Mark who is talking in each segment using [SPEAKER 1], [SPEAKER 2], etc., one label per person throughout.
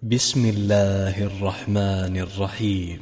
[SPEAKER 1] بسم الله الرحمن الرحيم.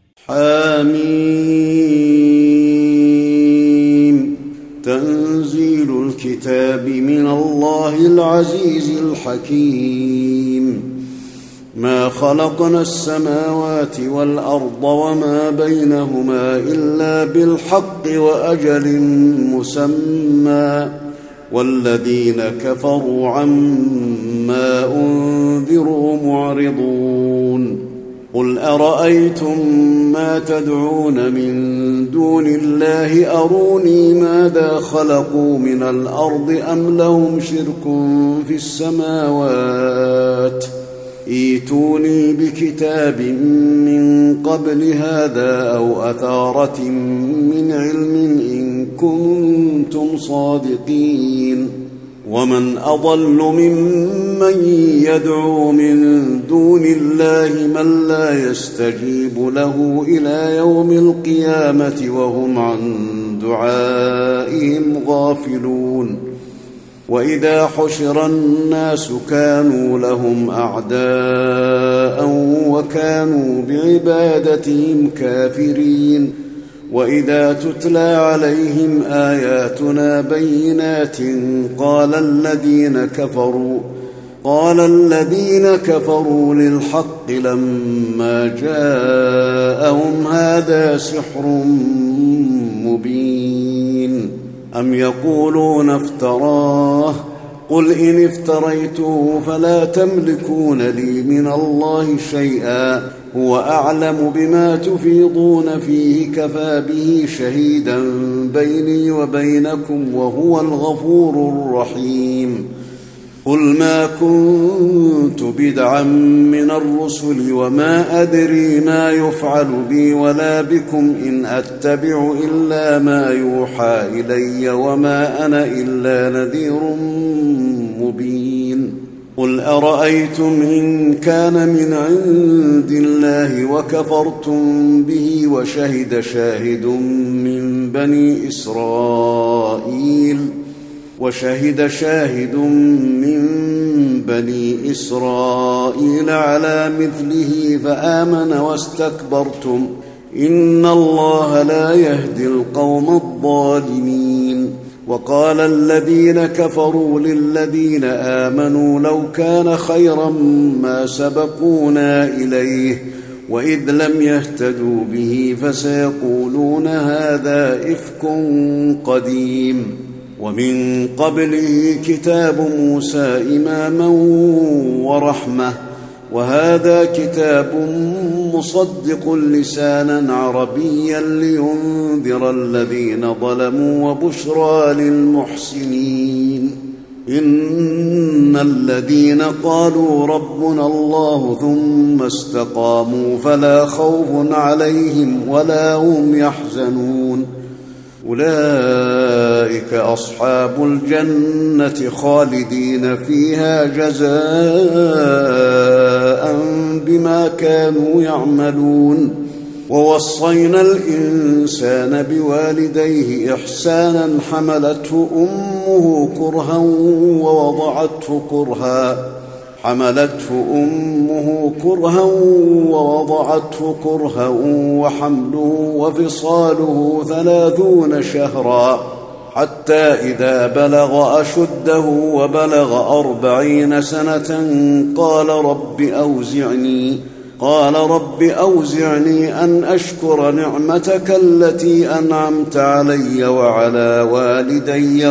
[SPEAKER 2] حميم. تنزيل الكتاب من الله العزيز الحكيم. ما خلقنا السماوات والأرض وما بينهما إلا بالحق وأجل مسمى، والذين كفروا عما أنذروا معرضون. قل أرأيتم ما تدعون من دون الله أروني ماذا خلقوا من الأرض أم لهم شرك في السماوات، ائتوني بكتاب من قبل هذا أو أثارة من علم إن كنتم صادقين. ومن أضل ممن يدعو من دون الله من لا يستجيب له إلى يوم القيامة وهم عن دعائهم غافلون. وإذا حشر الناس كانوا لهم أعداء وكانوا بعبادتهم كافرين. وإذا تتلى عليهم آياتنا بينات قال الذين كفروا للحق لما جاءهم هذا سحر مبين. أم يقولون افتراه، قل إن افتريته فلا تملكون لي من الله شيئا، هو أعلم بما تفيضون فيه كفى به شهيدا بيني وبينكم وهو الغفور الرحيم. قل ما كنت بدعا من الرسل وما أدري ما يفعل بي ولا بكم إن أتبع إلا ما يوحى إلي وما أنا إلا نذير مبين. قل أرأيتم إن كان من عند الله وكفرتم به وشهد شاهد من بني إسرائيل على مثله فآمن واستكبرتم إن الله لا يهدي القوم الظالمين. وقال الذين كفروا للذين آمنوا لو كان خيرا ما سبقونا إليه وإذ لم يهتدوا به فسيقولون هذا إفك قديم. ومن قبله كتاب موسى إماما ورحمة، وهذا كتاب مصدق لسانا عربيا لينذر الذين ظلموا وبشرى للمحسنين. إن الذين قالوا ربنا الله ثم استقاموا فلا خوف عليهم ولا هم يحزنون. أولئك أصحاب الجنة خالدين فيها جزاء بما كانوا يعملون. ووصينا الإنسان بوالديه إحسانا حملته أمه كرها ووضعته كرها وحمله وفصاله 30 شهرا حتى إذا بلغ أشده وبلغ 40 سنة قال رب أوزعني أن أشكر نعمتك التي أنعمت علي وعلى والدي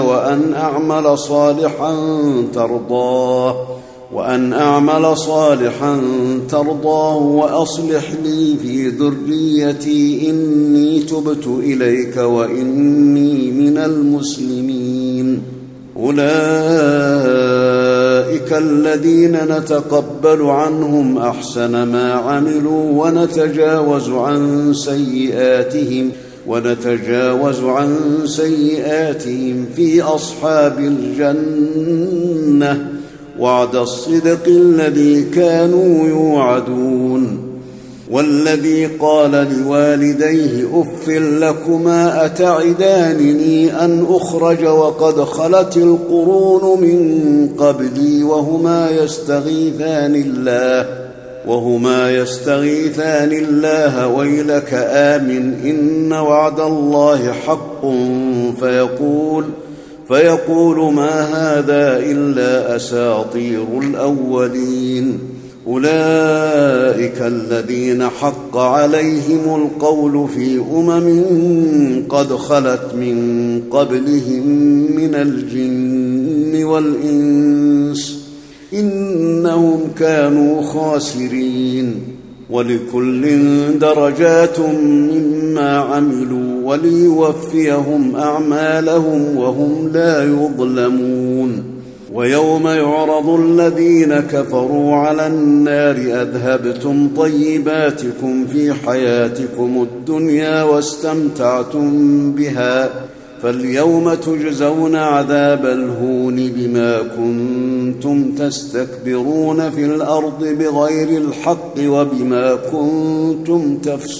[SPEAKER 2] وأن أعمل صالحا ترضاه وأصلح لي في ذريتي إني تبت إليك وإني من المسلمين. أولئك الذين نتقبل عنهم أحسن ما عملوا ونتجاوز عن سيئاتهم في أصحاب الجنة وعد الصدق الذي كانوا يوعدون. والذي قال لوالديه أف لكما أتعدانني أن أخرج وقد خلت القرون من قبلي وهما يستغيثان وهما يستغيثان الله ويلك آمن إن وعد الله حق فيقول ما هذا إلا أساطير الأولين أولئك الذين حق عليهم القول في قد خلت من قبلهم من الجن والإنس إنهم كانوا خاسرين ولكل درجات مما عملوا وليوفيهم أعمالهم وهم لا يظلمون ويوم يعرض الذين كفروا على النار أذهبتم طيباتكم في حياتكم الدنيا واستمتعتم بها فاليوم تجزون عذاب الهون بما كنتم تستكبرون في الأرض بغير الحق وبما كنتم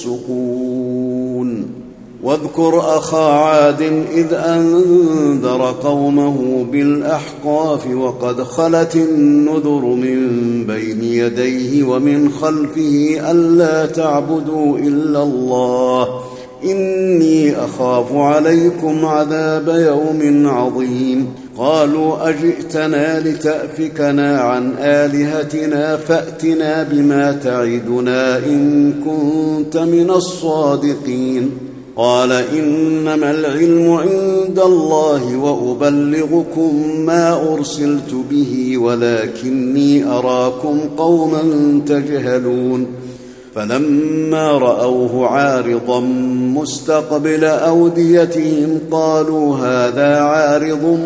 [SPEAKER 2] تفسقون واذكر أخا عاد إذ أنذر قومه بالأحقاف وقد خلت النذر من بين يديه ومن خلفه ألا تعبدوا إلا الله إني أخاف عليكم عذاب يوم عظيم قالوا أجئتنا لتأفكنا عن آلهتنا فأتنا بما تعدنا إن كنت من الصادقين قال إنما العلم عند الله وأبلغكم ما أرسلت به ولكني أراكم قوما تجهلون فلما رأوه عارضا مستقبل أوديتهم قالوا هذا عارض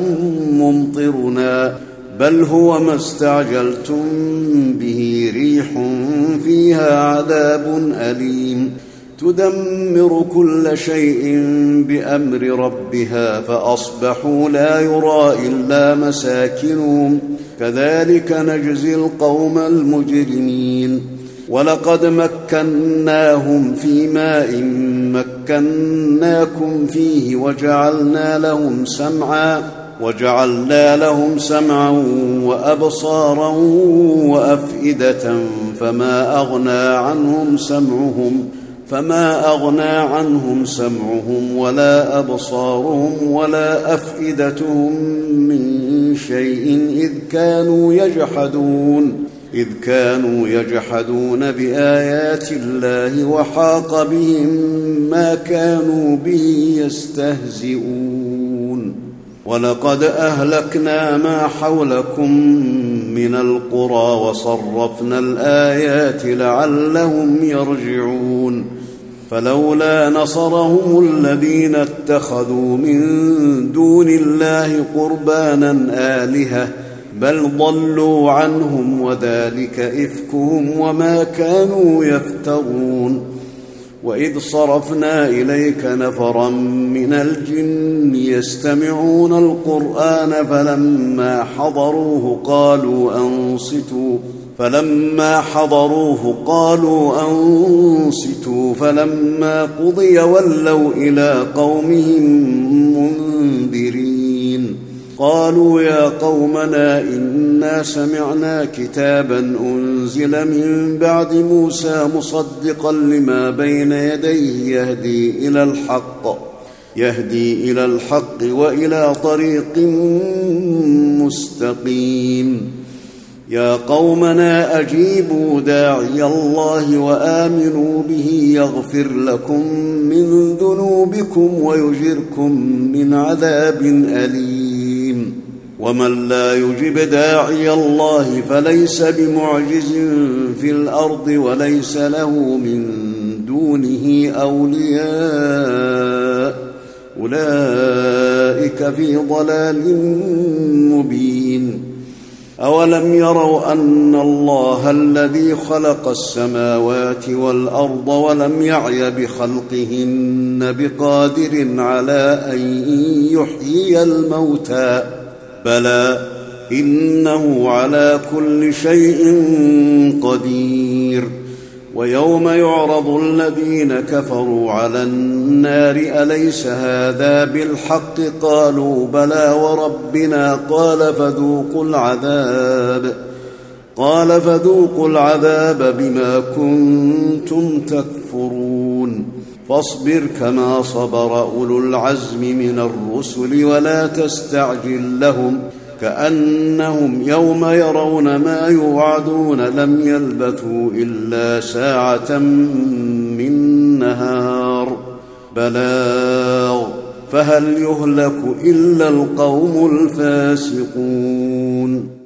[SPEAKER 2] ممطرنا بل هو ما استعجلتم به ريح فيها عذاب أليم تدمر كل شيء بأمر ربها فأصبحوا لا يرى إلا مساكنهم كذلك نجزي القوم المجرمين ولقد مكناهم في ماء مكناكم فيه وجعلنا لهم سمعا وأبصارا وأفئدة فما أغنى عنهم سمعهم ولا أبصارهم ولا أفئدتهم من شيء إذ كانوا يجحدون بآيات الله وحاق بهم ما كانوا به يستهزئون ولقد أهلكنا ما حولكم من القرى وصرفنا الآيات لعلهم يرجعون فلولا نصرهم الذين اتخذوا من دون الله قربانا آلهة بل ضلوا عنهم وذلك إفكهم وما كانوا يفترون وإذ صرفنا إليك نفرا من الجن يستمعون القرآن فلما حضروه قالوا أنصتوا فلما قضي ولوا إلى قومهم منذرين قالوا يا قومنا إنا سمعنا كتابا أنزل من بعد موسى مصدقا لما بين يديه يهدي إلى الحق وإلى طريق مستقيم يا قومنا أجيبوا داعي الله وآمنوا به يغفر لكم من ذنوبكم ويجركم من عذاب أليم ومن لا يجب داعي الله فليس بمعجز في الأرض وليس له من دونه أولياء أولئك في ضلال مبين أولم يروا أن الله الذي خلق السماوات والأرض ولم يعي بخلقهن بقادر على أن يحيي الموتى بلى إنه على كل شيء قدير ويوم يعرض الذين كفروا على النار أليس هذا بالحق قالوا بلى وربنا قال فذوقوا العذاب قال فذوقوا العذاب بما كنتم تكفرون فاصبر كما صبر أولو العزم من الرسل ولا تستعجل لهم كأنهم يوم يرون ما يوعدون لم يلبثوا إلا ساعة من نهار بلاغ فهل يهلك إلا القوم الفاسقون